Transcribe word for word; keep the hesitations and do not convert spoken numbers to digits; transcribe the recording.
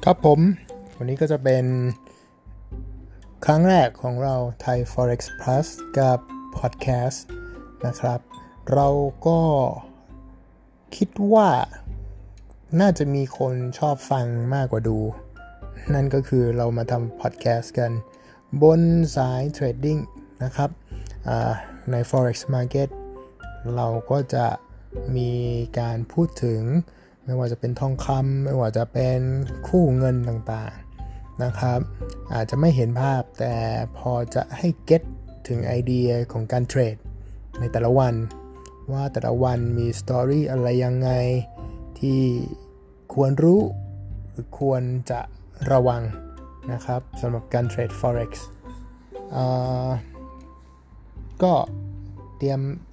ครับผมวันนี้ก็จะเป็นครั้งแรกของเราไทย Forex Plus กับพอดแคสต์นะครับเราก็คิดว่าน่าจะมีคนชอบฟังมากกว่าดูนั่นก็คือเรามาทำพอดแคสต์กันบนสายเทรดดิ้งนะครับใน Forex Market เราก็จะมีการพูดถึงไม่ว่าจะเป็นทองคำไม่ว่าจะเป็นคู่เงินต่างๆนะครับอาจจะไม่เห็นภาพแต่พอจะให้เก็ตถึงไอเดียของการเทรดในแต่ละวันว่าแต่ละวันมีสตอรี่อะไรยังไงที่ควรรู้หรือควรจะระวังนะครับสำหรับการเทรด Forex ก็เตรียม